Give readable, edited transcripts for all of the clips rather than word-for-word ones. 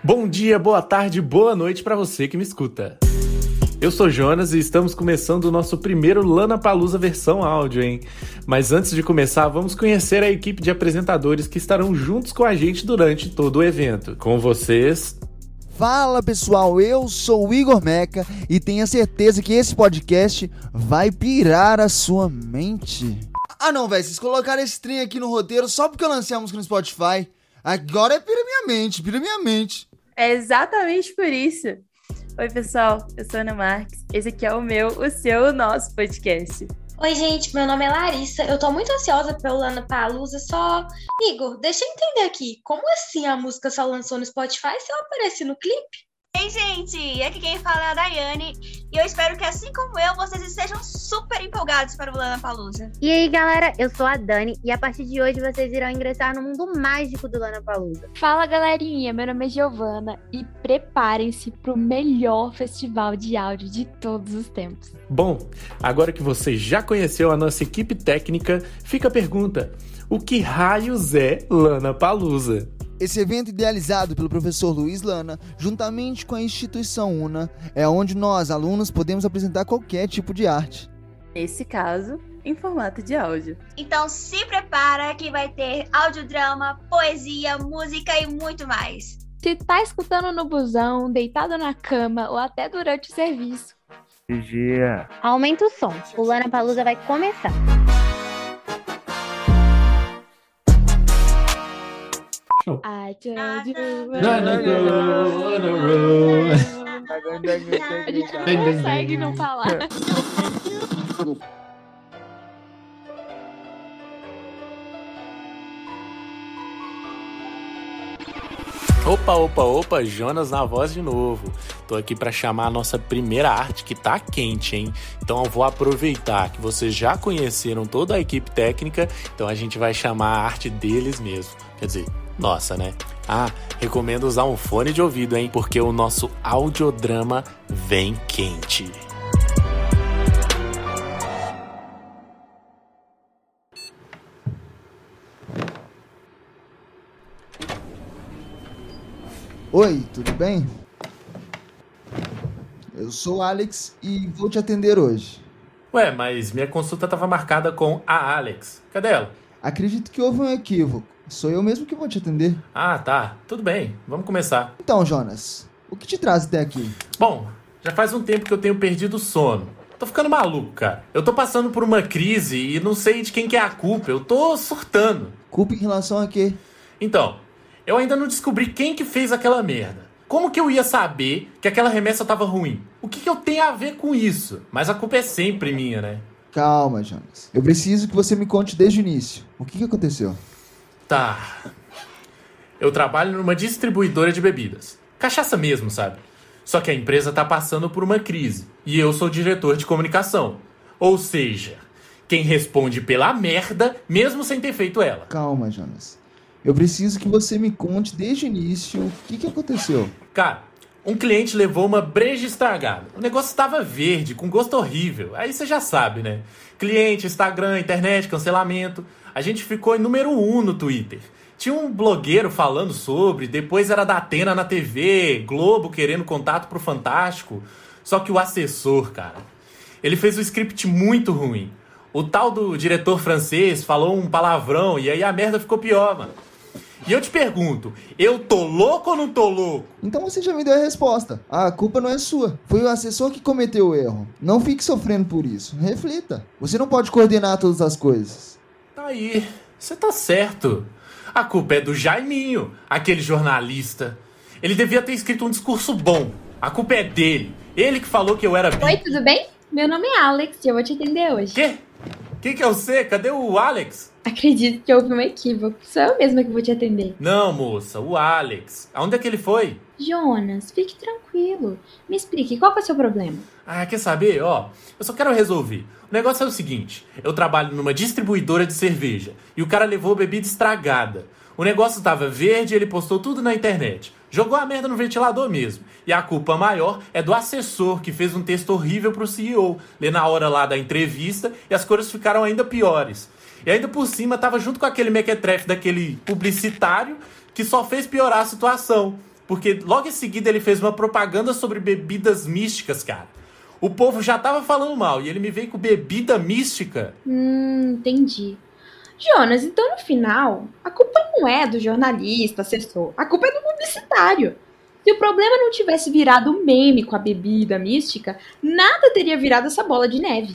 Bom dia, boa tarde, boa noite para você que me escuta. Eu sou Jonas e estamos começando o nosso primeiro Lollapalooza versão áudio, hein? Mas antes de começar, vamos conhecer a equipe de apresentadores que estarão juntos com a gente durante todo o evento. Com vocês... Fala pessoal, eu sou o Igor Meca e tenha certeza que esse podcast vai pirar a sua mente. Ah não, velho, vocês colocaram esse trem aqui no roteiro só porque eu lancei a música no Spotify. Agora é pira minha mente. É exatamente por isso. Oi pessoal, eu sou a Ana Marques, esse aqui é o seu, o nosso podcast. Oi gente, meu nome é Larissa, eu tô muito ansiosa pelo Lollapalooza, só... Igor, deixa eu entender aqui, como assim a música só lançou no Spotify se eu apareci no clipe? Ei gente, aqui quem fala é a Daiane e eu espero que assim como eu, vocês estejam super empolgados para o Lollapalooza. E aí galera, eu sou a Dani e a partir de hoje vocês irão ingressar no mundo mágico do Lollapalooza. Fala galerinha, meu nome é Giovana e preparem-se pro melhor festival de áudio de todos os tempos. Bom, agora que você já conheceu a nossa equipe técnica, fica a pergunta: o que raios é Lollapalooza? Esse evento idealizado pelo professor Luiz Lana, juntamente com a instituição UNA, é onde nós, alunos, podemos apresentar qualquer tipo de arte. Nesse caso, em formato de áudio. Então se prepara que vai ter audiodrama, poesia, música e muito mais. Se tá escutando no busão, deitado na cama ou até durante o serviço, vigia. Aumenta o som, o Lollapalooza vai começar. I told you. A gente não consegue não falar. Opa, Jonas na voz de novo. Tô aqui para chamar a nossa primeira arte que tá quente, hein? Então eu vou aproveitar que vocês já conheceram toda a equipe técnica, então a gente vai chamar a arte deles mesmo. Quer dizer, nossa, né? Recomendo usar um fone de ouvido, hein? Porque o nosso audiodrama vem quente. Oi, tudo bem? Eu sou o Alex e vou te atender hoje. Ué, mas minha consulta tava marcada com a Alex. Cadê ela? Acredito que houve um equívoco. Sou eu mesmo que vou te atender. Ah, tá. Tudo bem. Vamos começar. Então, Jonas, o que te traz até aqui? Bom, já faz um tempo que eu tenho perdido o sono. Tô ficando maluco, cara. Eu tô passando por uma crise e não sei de quem que é a culpa. Eu tô surtando. Culpa em relação a quê? Então, eu ainda não descobri quem que fez aquela merda. Como que eu ia saber que aquela remessa tava ruim? O que eu tenho a ver com isso? Mas a culpa é sempre minha, né? Calma, Jonas. Eu preciso que você me conte desde o início. O que aconteceu? Tá. Eu trabalho numa distribuidora de bebidas. Cachaça mesmo, sabe? Só que a empresa tá passando por uma crise. E eu sou o diretor de comunicação. Ou seja, quem responde pela merda, mesmo sem ter feito ela. Calma, Jonas. Eu preciso que você me conte desde o início o que aconteceu. Cara, um cliente levou uma breja estragada. O negócio estava verde, com gosto horrível. Aí você já sabe, né? Cliente, Instagram, internet, cancelamento. A gente ficou em número 1 no Twitter. Tinha um blogueiro falando sobre, depois era da Atena na TV, Globo querendo contato pro Fantástico. Só que o assessor, cara, ele fez um script muito ruim. O tal do diretor francês falou um palavrão e aí a merda ficou pior, mano. E eu te pergunto, eu tô louco ou não tô louco? Então você já me deu a resposta. A culpa não é sua. Foi o assessor que cometeu o erro. Não fique sofrendo por isso. Reflita. Você não pode coordenar todas as coisas. Tá aí, você tá certo. A culpa é do Jaiminho, aquele jornalista. Ele devia ter escrito um discurso bom. A culpa é dele. Ele que falou que eu era... Oi, tudo bem? Meu nome é Alex e eu vou te atender hoje. Quê? Quem que é você? Cadê o Alex? Acredito que houve um equívoco. Sou eu mesma que vou te atender. Não, moça, o Alex. Aonde é que ele foi? Jonas, fique tranquilo. Me explique, qual que é o seu problema? Quer saber? Ó, eu só quero resolver. O negócio é o seguinte, eu trabalho numa distribuidora de cerveja e o cara levou bebida estragada. O negócio tava verde e ele postou tudo na internet. Jogou a merda no ventilador mesmo. E a culpa maior é do assessor, que fez um texto horrível pro CEO, ler na hora lá da entrevista, e as coisas ficaram ainda piores. E ainda por cima tava junto com aquele mequetrefe daquele publicitário que só fez piorar a situação. porque logo em seguida ele fez uma propaganda sobre bebidas místicas, cara. O povo já tava falando mal e ele me veio com bebida mística. Entendi. Jonas, então no final, a culpa não é do jornalista, assessor. A culpa é do publicitário. Se o problema não tivesse virado um meme com a bebida mística, nada teria virado essa bola de neve.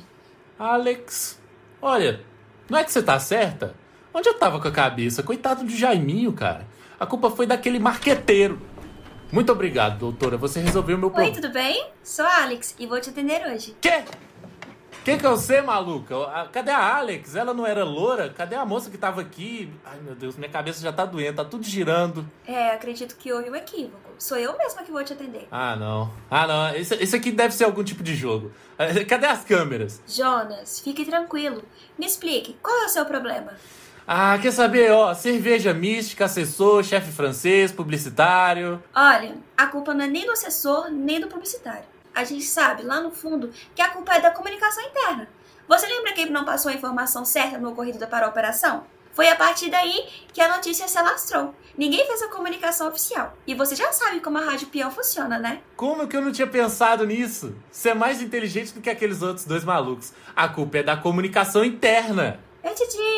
Alex, olha, não é que você tá certa? Onde eu tava com a cabeça? Coitado de Jaiminho, cara. A culpa foi daquele marqueteiro. Muito obrigado, doutora. Você resolveu o meu problema. Oi, tudo bem? Sou a Alex e vou te atender hoje. Quê? Quem que é você, maluca? Cadê a Alex? Ela não era loura? Cadê a moça que tava aqui? Ai, meu Deus, minha cabeça já tá doendo, tá tudo girando. Acredito que houve um equívoco. Sou eu mesma que vou te atender. Ah, não. Esse aqui deve ser algum tipo de jogo. Cadê as câmeras? Jonas, fique tranquilo. Me explique, qual é o seu problema? Quer saber? Cerveja mística, assessor, chefe francês, publicitário. Olha, a culpa não é nem do assessor, nem do publicitário. A gente sabe, lá no fundo, que a culpa é da comunicação interna. Você lembra que não passou a informação certa no ocorrido para a operação? Foi a partir daí que a notícia se alastrou. Ninguém fez a comunicação oficial. E você já sabe como a Rádio Peão funciona, né? Como que eu não tinha pensado nisso? Você é mais inteligente do que aqueles outros dois malucos. A culpa é da comunicação interna. Eu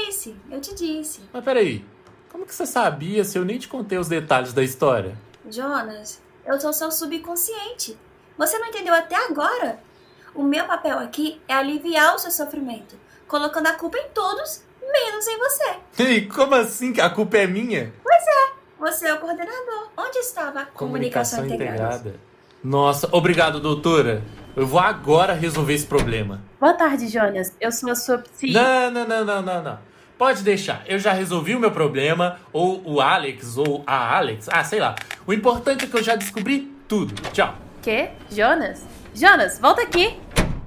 te disse. Mas peraí, como que você sabia se eu nem te contei os detalhes da história? Jonas, eu sou seu subconsciente. Você não entendeu até agora? O meu papel aqui é aliviar o seu sofrimento, colocando a culpa em todos, menos em você. E como assim que a culpa é minha? Pois é, você é o coordenador. Onde estava a comunicação integrada? Nossa, obrigado, doutora. Eu vou agora resolver esse problema. Boa tarde, Jonas. Eu sou a sua psi... Não. Pode deixar. Eu já resolvi o meu problema. Ou o Alex, ou a Alex. Sei lá. O importante é que eu já descobri tudo. Tchau. Quê? Jonas? Jonas, volta aqui!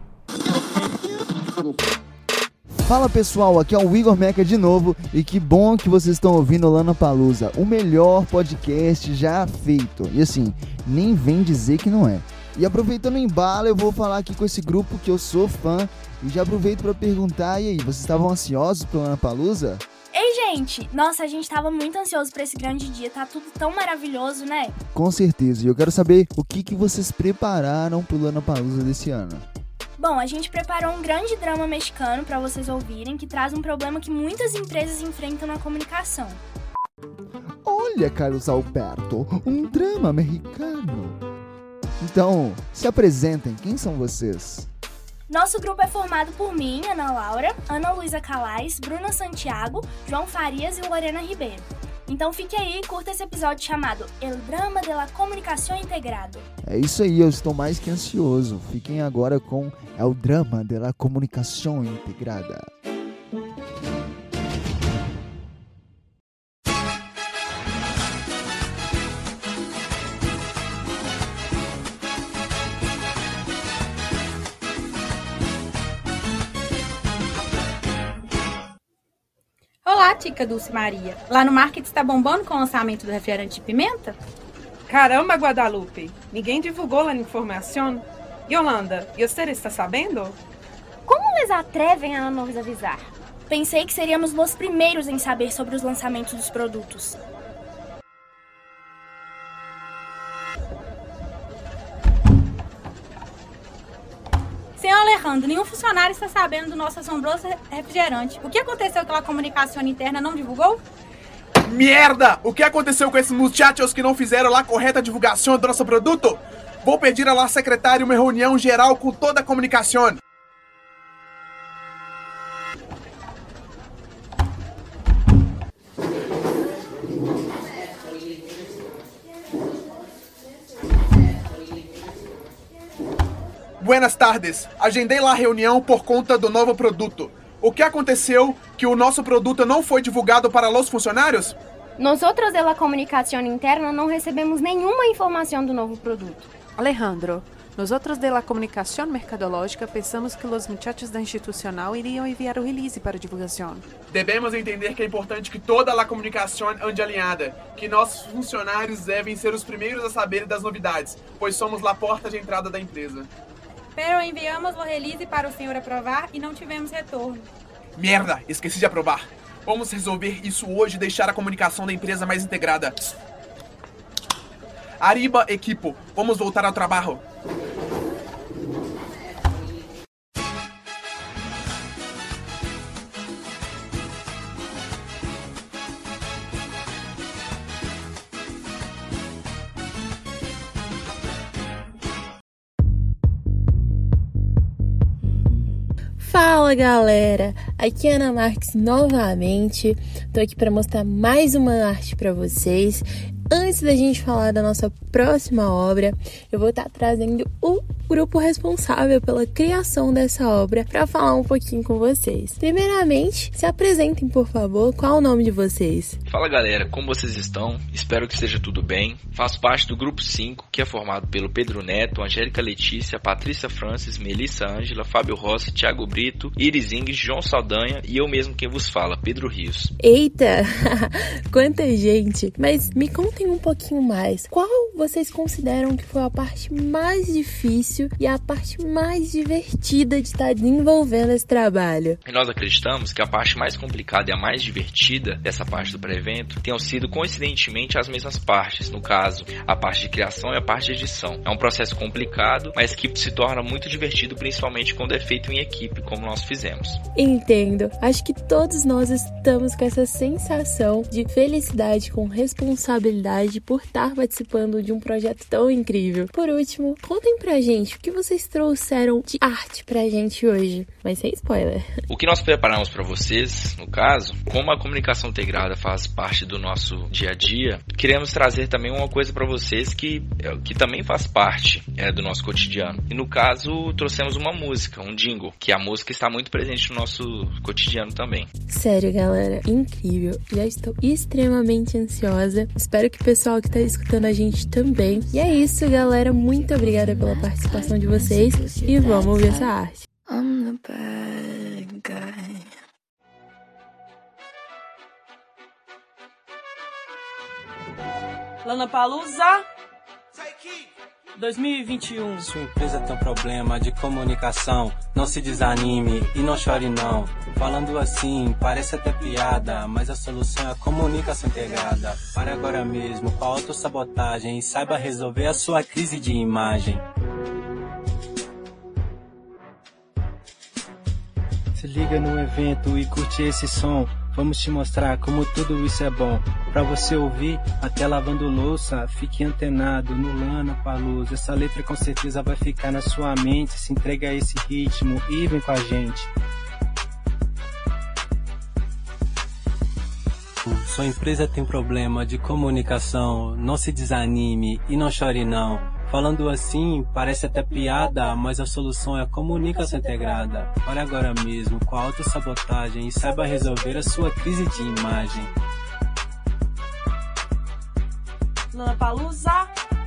Fala pessoal, aqui é o Igor Meca de novo e que bom que vocês estão ouvindo o Lollapalooza, o melhor podcast já feito. E assim, nem vem dizer que não é. E aproveitando o embalo, eu vou falar aqui com esse grupo que eu sou fã e já aproveito para perguntar, e aí, vocês estavam ansiosos pro Lollapalooza? Ei, gente! Nossa, a gente tava muito ansioso pra esse grande dia, tá tudo tão maravilhoso, né? Com certeza, e eu quero saber o que vocês prepararam pro Lollapalooza desse ano. Bom, a gente preparou um grande drama mexicano pra vocês ouvirem, que traz um problema que muitas empresas enfrentam na comunicação. Olha, Carlos Alberto, um drama mexicano. Então, se apresentem, quem são vocês? Nosso grupo é formado por mim, Ana Laura, Ana Luísa Calais, Bruna Santiago, João Farias e Lorena Ribeiro. Então fique aí e curta esse episódio chamado El Drama de la Comunicación Integrado. É isso aí, eu estou mais que ansioso. Fiquem agora com El Drama de la Comunicación Integrada. Olá, tica Dulce Maria. Lá no market está bombando com o lançamento do refrigerante de pimenta? Caramba, Guadalupe. Ninguém divulgou lá na informação. Yolanda, você está sabendo? Como eles atrevem a não nos avisar? Pensei que seríamos os primeiros em saber sobre os lançamentos dos produtos. Senhor Alejandro, nenhum funcionário está sabendo do nosso assombroso refrigerante. O que aconteceu que a comunicação interna não divulgou? Merda! O que aconteceu com esses muchachos que não fizeram a correta divulgação do nosso produto? Vou pedir à secretária uma reunião geral com toda a comunicação. Buenas tardes. Agendei lá a reunião por conta do novo produto. O que aconteceu que o nosso produto não foi divulgado para os funcionários? Nosotros de la comunicación interna não recebemos nenhuma informação do novo produto. Alejandro, nosotros de la comunicación mercadológica pensamos que os muchachos da institucional iriam enviar o release para divulgação. Devemos entender que é importante que toda a comunicação ande alinhada, que nossos funcionários devem ser os primeiros a saber das novidades, pois somos a porta de entrada da empresa. Pero enviamos o release para o senhor aprovar e não tivemos retorno. Merda, esqueci de aprovar. Vamos resolver isso hoje e deixar a comunicação da empresa mais integrada. Arriba, equipo. Vamos voltar ao trabalho. Fala galera, aqui é Ana Marques novamente, tô aqui para mostrar mais uma arte para vocês. Antes da gente falar da nossa próxima obra, eu vou estar trazendo o grupo responsável pela criação dessa obra para falar um pouquinho com vocês. Primeiramente, se apresentem por favor, qual é o nome de vocês? Fala galera, como vocês estão? Espero que esteja tudo bem. Faço parte do grupo 5, que é formado pelo Pedro Neto, Angélica Letícia, Patrícia Francis, Melissa Ângela, Fábio Rossi, Thiago Brito, Iris Ing, João Saldanha e eu mesmo quem vos fala, Pedro Rios. Eita, quanta gente! Mas me contem um pouquinho mais. Qual vocês consideram que foi a parte mais difícil e a parte mais divertida de estar desenvolvendo esse trabalho? E nós acreditamos que a parte mais complicada e a mais divertida dessa parte do pré-evento tenham sido coincidentemente as mesmas partes, no caso, a parte de criação e a parte de edição. É um processo complicado, mas que se torna muito divertido, principalmente quando é feito em equipe, como nós fizemos. Entendo. Acho que todos nós estamos com essa sensação de felicidade com responsabilidade por estar participando de um projeto tão incrível. Por último, contem pra gente o que vocês trouxeram de arte pra gente hoje, mas sem spoiler. O que nós preparamos para vocês, no caso, como a comunicação integrada faz parte do nosso dia a dia, queremos trazer também uma coisa para vocês que também faz parte do nosso cotidiano. E no caso, trouxemos uma música, um jingle, que a música está muito presente no nosso cotidiano também. Sério, galera, incrível. Já estou extremamente ansiosa. Espero que o pessoal que está escutando a gente também. E é isso, galera. Muito obrigada pela participação de vocês e vamos ouvir essa arte. I'm the bad guy. Lollapalooza 2021. Sua empresa tem um problema de comunicação. Não se desanime e não chore não. Falando assim, parece até piada, mas a solução é a comunicação integrada. Pare agora mesmo com a autossabotagem e saiba resolver a sua crise de imagem. Se liga no evento e curte esse som. Vamos te mostrar como tudo isso é bom. Pra você ouvir, até lavando louça, fique antenado no Lollapalooza. Essa letra com certeza vai ficar na sua mente. Se entrega a esse ritmo e vem com a gente. Sua empresa tem problema de comunicação. Não se desanime e não chore não. Falando assim, parece até piada, mas a solução é a comunicação integrada. Olha agora mesmo, com a autossabotagem e saiba resolver a sua crise de imagem. Lollapalooza.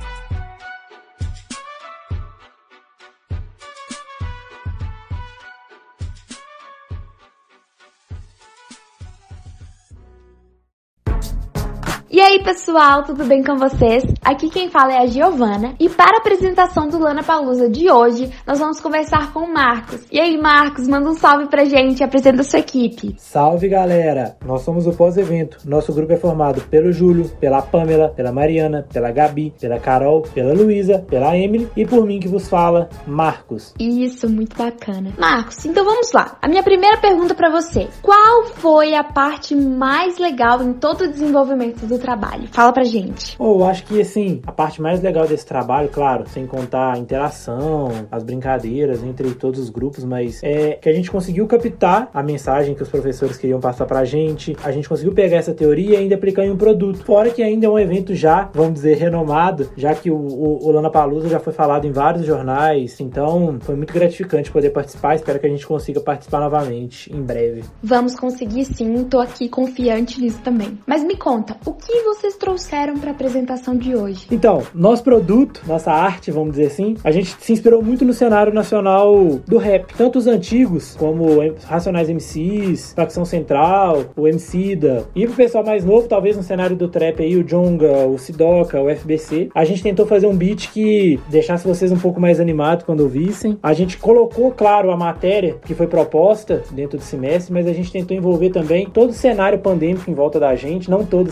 E aí pessoal, tudo bem com vocês? Aqui quem fala é a Giovana e para a apresentação do Lollapalooza de hoje, nós vamos conversar com o Marcos. E aí Marcos, manda um salve pra gente e apresenta a sua equipe. Salve galera, nós somos o pós-evento. Nosso grupo é formado pelo Júlio, pela Pamela, pela Mariana, pela Gabi, pela Carol, pela Luísa, pela Emily e por mim que vos fala, Marcos. Isso, muito bacana. Marcos, então vamos lá. A minha primeira pergunta pra você, qual foi a parte mais legal em todo o desenvolvimento do trabalho? Fala pra gente. Eu acho que assim, a parte mais legal desse trabalho, claro, sem contar a interação, as brincadeiras entre todos os grupos, mas é que a gente conseguiu captar a mensagem que os professores queriam passar pra gente, a gente conseguiu pegar essa teoria e ainda aplicar em um produto. Fora que ainda é um evento já, vamos dizer, renomado, já que o Lollapalooza já foi falado em vários jornais, então foi muito gratificante poder participar, espero que a gente consiga participar novamente em breve. Vamos conseguir sim, tô aqui confiante nisso também. Mas me conta, o que vocês trouxeram para a apresentação de hoje? Então, nosso produto, nossa arte, vamos dizer assim, a gente se inspirou muito no cenário nacional do rap, tanto os antigos, como Racionais MCs, Facção Central, o Emicida, e pro pessoal mais novo, talvez no cenário do trap aí, o Djonga, o Sidoca, o FBC. A gente tentou fazer um beat que deixasse vocês um pouco mais animados quando ouvissem. A gente colocou, claro, a matéria que foi proposta dentro do semestre, mas a gente tentou envolver também todo o cenário pandêmico em volta da gente, não todo o cenário,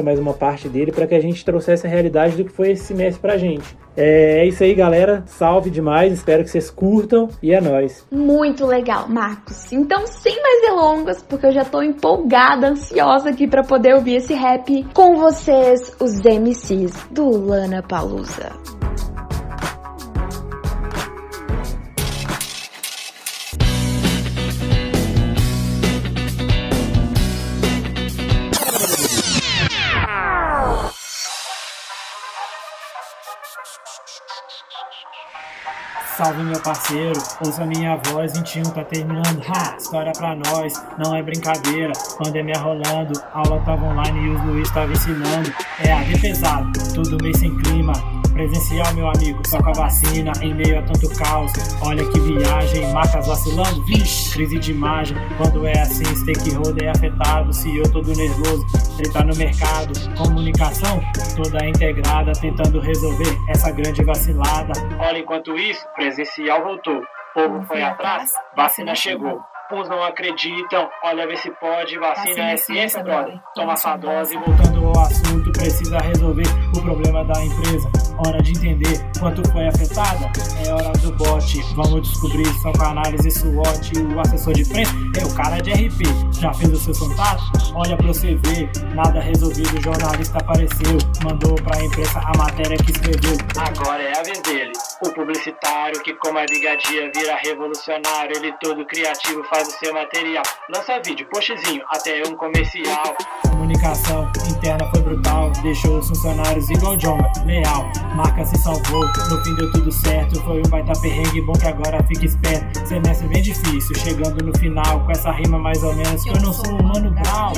Muito legal, Marcos. Então, sem mais delongas, porque eu já tô empolgada, ansiosa aqui pra poder ouvir esse rap com vocês, os MCs do Lollapalooza. Salve meu parceiro, ouça minha voz, 21 tá terminando, história pra nós, não é brincadeira, pandemia rolando, aula tava online e os Luiz tava ensinando, AD pesado, tudo meio sem clima, presencial meu amigo, só com a vacina, em meio a tanto caos, olha que viagem, marcas vacilando, vixe, crise de imagem, quando é assim, stakeholder é afetado, CEO todo nervoso, ele tá no mercado, comunicação toda integrada, tentando resolver essa grande vacilada, olha enquanto isso, presencial voltou, povo foi atrás, vacina chegou. Uns não acreditam, olha ver se pode, vacina é ciência, brother. Toma sua dose, voltando ao assunto, precisa resolver o problema da empresa. Hora de entender quanto foi afetada, é hora do bot. Vamos descobrir só com a análise SWOT. O assessor de imprensa é o cara de RP. Já fez o seu contato? Olha pra você ver, nada resolvido, o jornalista apareceu. Mandou pra imprensa a matéria que escreveu. Agora é a vez dele, o publicitário que como a brigadia vira revolucionário. Ele todo criativo faz o seu material, lança vídeo, postzinho, até um comercial. Comunicação interna foi brutal, deixou os funcionários igual John, leal. Marca se salvou, no fim deu tudo certo. Foi um baita perrengue, bom que agora fica esperto. Semestre bem difícil, chegando no final com essa rima mais ou menos que eu não sou o Mano Brown.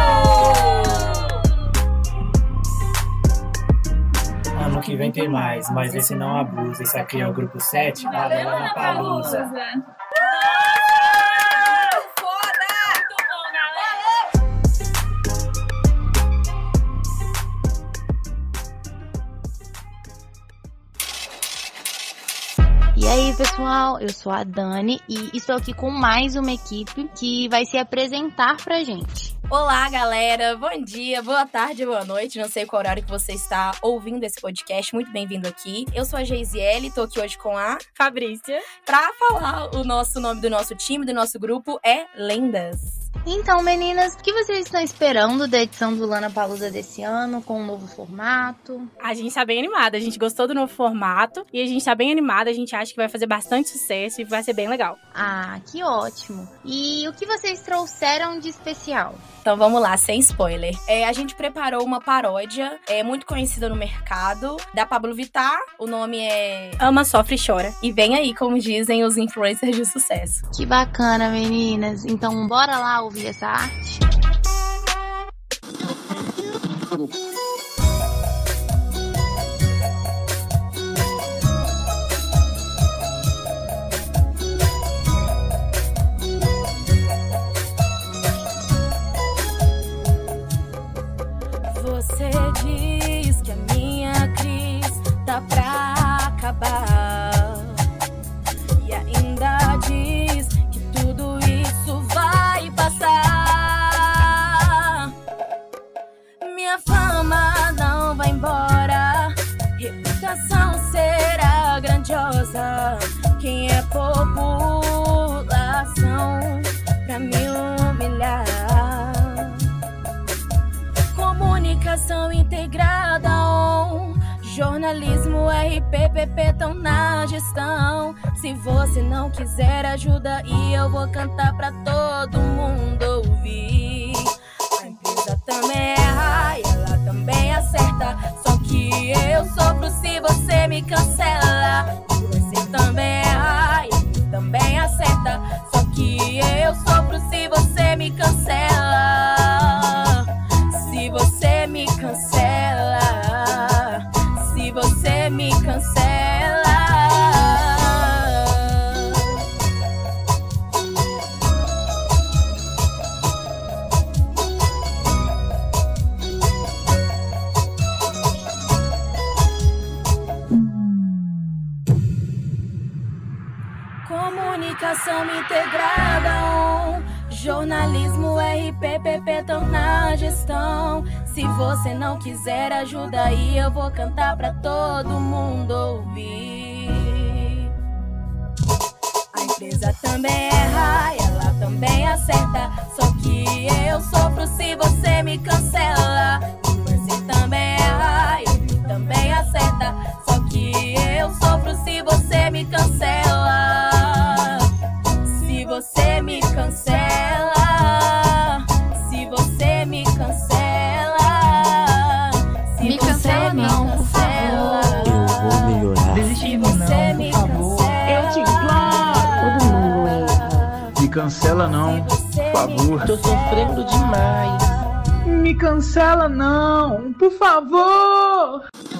Ano que vem tem mais, mas esse não abusa. Esse aqui é o grupo 7, valeu Lollapalooza. E aí, pessoal, eu sou a Dani e estou aqui com mais uma equipe que vai se apresentar pra gente. Olá, galera. Bom dia, boa tarde, boa noite. Não sei qual horário que você está ouvindo esse podcast. Muito bem-vindo aqui. Eu sou a Geisiele, tô aqui hoje com a Fabrícia. Pra falar o nome do nosso time, do nosso grupo, é Lendas. Então, meninas, o que vocês estão esperando da edição do Lollapalooza desse ano, com um novo formato? A gente tá bem animada, a gente gostou do novo formato e a gente tá bem animada, a gente acha que vai fazer bastante sucesso e vai ser bem legal. Ah, que ótimo! E o que vocês trouxeram de especial? Então vamos lá, sem spoiler. A gente preparou uma paródia muito conhecida no mercado, da Pablo Vittar. O nome é Ama, Sofre e Chora. E vem aí, como dizem os influencers de sucesso. Que bacana, meninas. Então bora lá ouvir essa arte? Você diz que a minha crise tá pra acabar e ainda diz que tudo isso vai passar. Minha fama não vai embora, reputação será grandiosa. Quem é população pra me humilhar? Comunicação integrada, jornalismo, RPPP tão na gestão. Se você não quiser ajuda, e eu vou cantar pra todo mundo ouvir. A empresa também erra e ela também acerta, só que eu sofro se você me cancela. E você também erra e também acerta, só que eu sofro se você me cancela. Se você me cancela, se você me cancela. Comunicação integrada, jornalismo, aí, PPP, tornar a gestão. Se você não quiser ajuda aí, eu vou cantar pra todo mundo ouvir. A empresa também erra, ela também acerta. Só que eu sofro se você me cancela. Você também erra, ele também acerta. Só que eu sofro se você me cancela. Se você me cancela. Se você me cancela. Se Me você cancela me não, por cancela. Eu vou melhorar. Se você me cancela. Eu te imploro. Todo mundo erra. Me cancela não, por favor. Tô sofrendo demais. Me cancela não, por favor.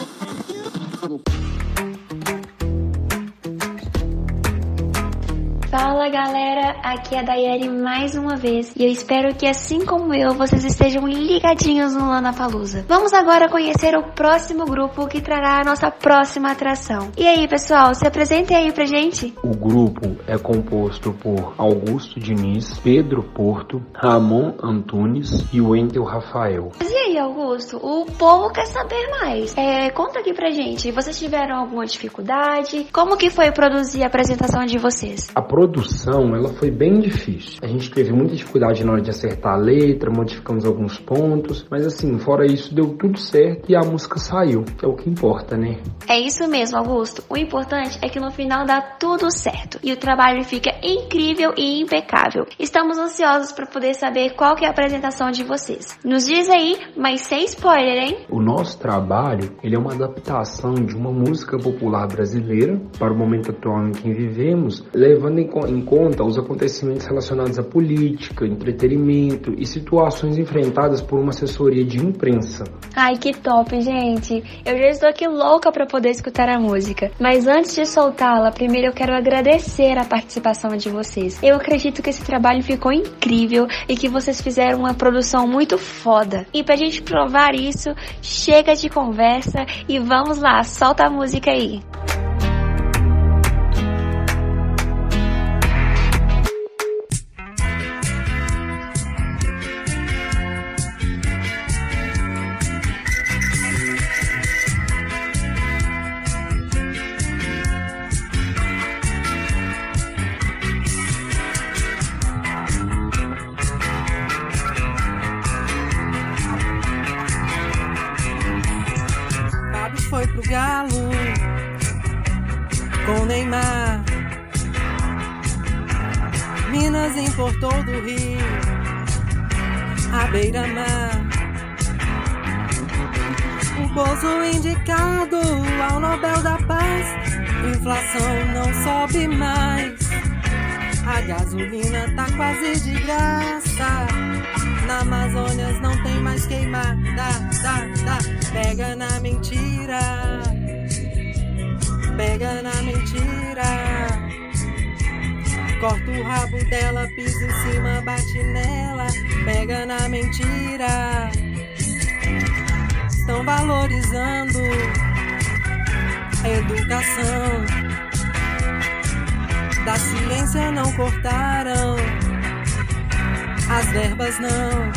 Fala galera, aqui é a Daiane mais uma vez e eu espero que assim como eu, vocês estejam ligadinhos no Lollapalooza. Vamos agora conhecer o próximo grupo que trará a nossa próxima atração. E aí pessoal, se apresentem aí pra gente. O grupo é composto por Augusto Diniz, Pedro Porto, Ramon Antunes e Wendel Rafael. Mas e aí Augusto, o povo quer saber mais. Conta aqui pra gente, vocês tiveram alguma dificuldade? Como que foi produzir a apresentação de vocês? A produção, ela foi bem difícil. A gente teve muita dificuldade na hora de acertar a letra, modificamos alguns pontos, mas assim, fora isso, deu tudo certo e a música saiu, que é o que importa, né? É isso mesmo, Augusto. O importante é que no final dá tudo certo e o trabalho fica incrível e impecável. Estamos ansiosos para poder saber qual que é a apresentação de vocês. Nos diz aí, mas sem spoiler, hein? O nosso trabalho, ele é uma adaptação de uma música popular brasileira para o momento atual em que vivemos, levando em conta os acontecimentos relacionados à política, entretenimento e situações enfrentadas por uma assessoria de imprensa. Ai, que top, gente! Eu já estou aqui louca para poder escutar a música. Mas antes de soltá-la, primeiro eu quero agradecer a participação de vocês. Eu acredito que esse trabalho ficou incrível e que vocês fizeram uma produção muito foda. E pra gente provar isso, chega de conversa e vamos lá, solta a música aí. Foi pro Galo com Neymar. Minas importou do Rio a beira-mar. O Bozo indicado ao Nobel da Paz. Inflação não sobe mais. A gasolina tá quase de graça. Na Amazônia não tem mais queimar. Pega na mentira. Pega na mentira. Corta o rabo dela, pisa em cima, bate nela. Pega na mentira. Estão valorizando a educação. Da ciência não cortaram. As verbas não.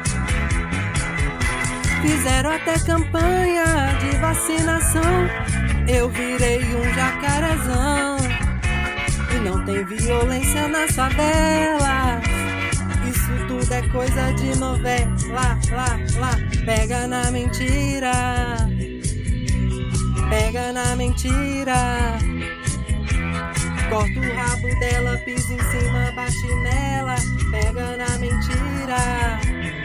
Fizeram até campanha de vacinação. Eu virei um jacarezão. E não tem violência nas favelas. Isso tudo é coisa de novela. Pega na mentira. Pega na mentira. Corta o rabo dela, pisa em cima, bate nela. Pega na mentira.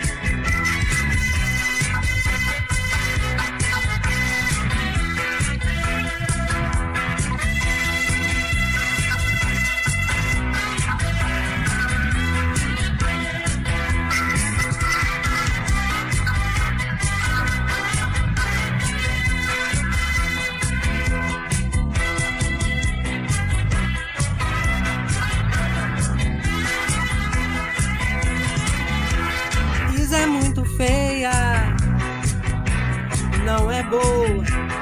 É muito feia, não é boa.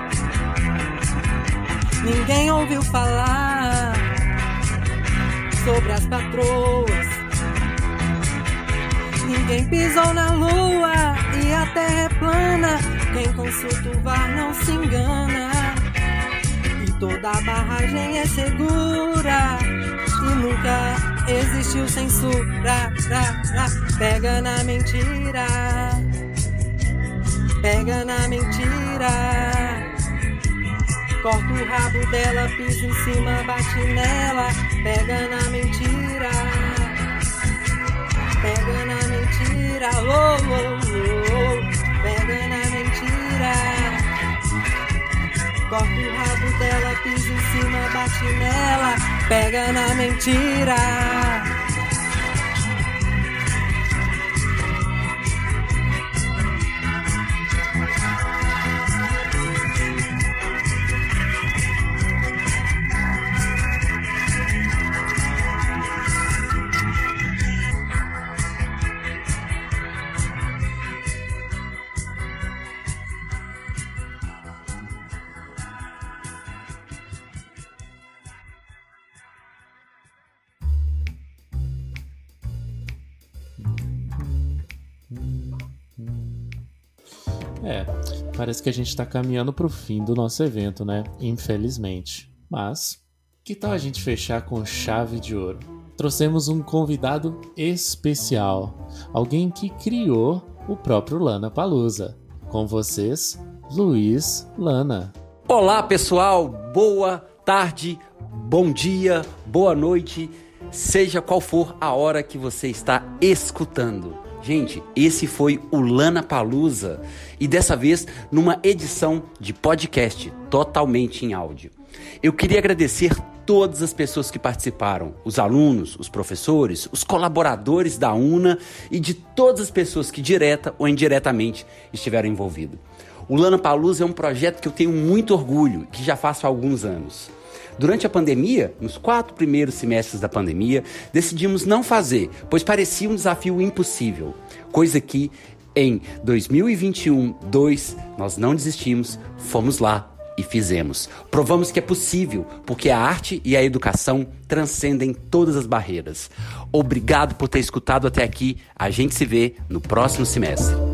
Ninguém ouviu falar sobre as patroas. Ninguém Quem pisou na lua e a terra é plana, quem consulta o VAR não se engana. E toda barragem é segura e nunca existiu censura. Pega na mentira, pega na mentira. Corta o rabo dela, pisa em cima, bate nela. Pega na mentira, pega na mentira, oh, oh, oh. Pega na mentira. Corta o rabo dela, pisa em cima, bate nela. Pega na mentira. Parece que a gente tá caminhando pro fim do nosso evento, né? Infelizmente. Mas, que tal a gente fechar com chave de ouro? Trouxemos um convidado especial. Alguém que criou o próprio Lanapalooza. Com vocês, Luiz Lana. Olá, pessoal! Boa tarde, bom dia, boa noite, seja qual for a hora que você está escutando. Gente, esse foi o Lanapalooza e dessa vez numa edição de podcast totalmente em áudio. Eu queria agradecer todas as pessoas que participaram, os alunos, os professores, os colaboradores da UNA e de todas as pessoas que direta ou indiretamente estiveram envolvidas. O Lanapalooza é um projeto que eu tenho muito orgulho, que já faço há alguns anos. Durante a pandemia, nos 4 primeiros semestres da pandemia, decidimos não fazer, pois parecia um desafio impossível. Coisa que, em 2021-2, nós não desistimos, fomos lá e fizemos. Provamos que é possível, porque a arte e a educação transcendem todas as barreiras. Obrigado por ter escutado até aqui. A gente se vê no próximo semestre.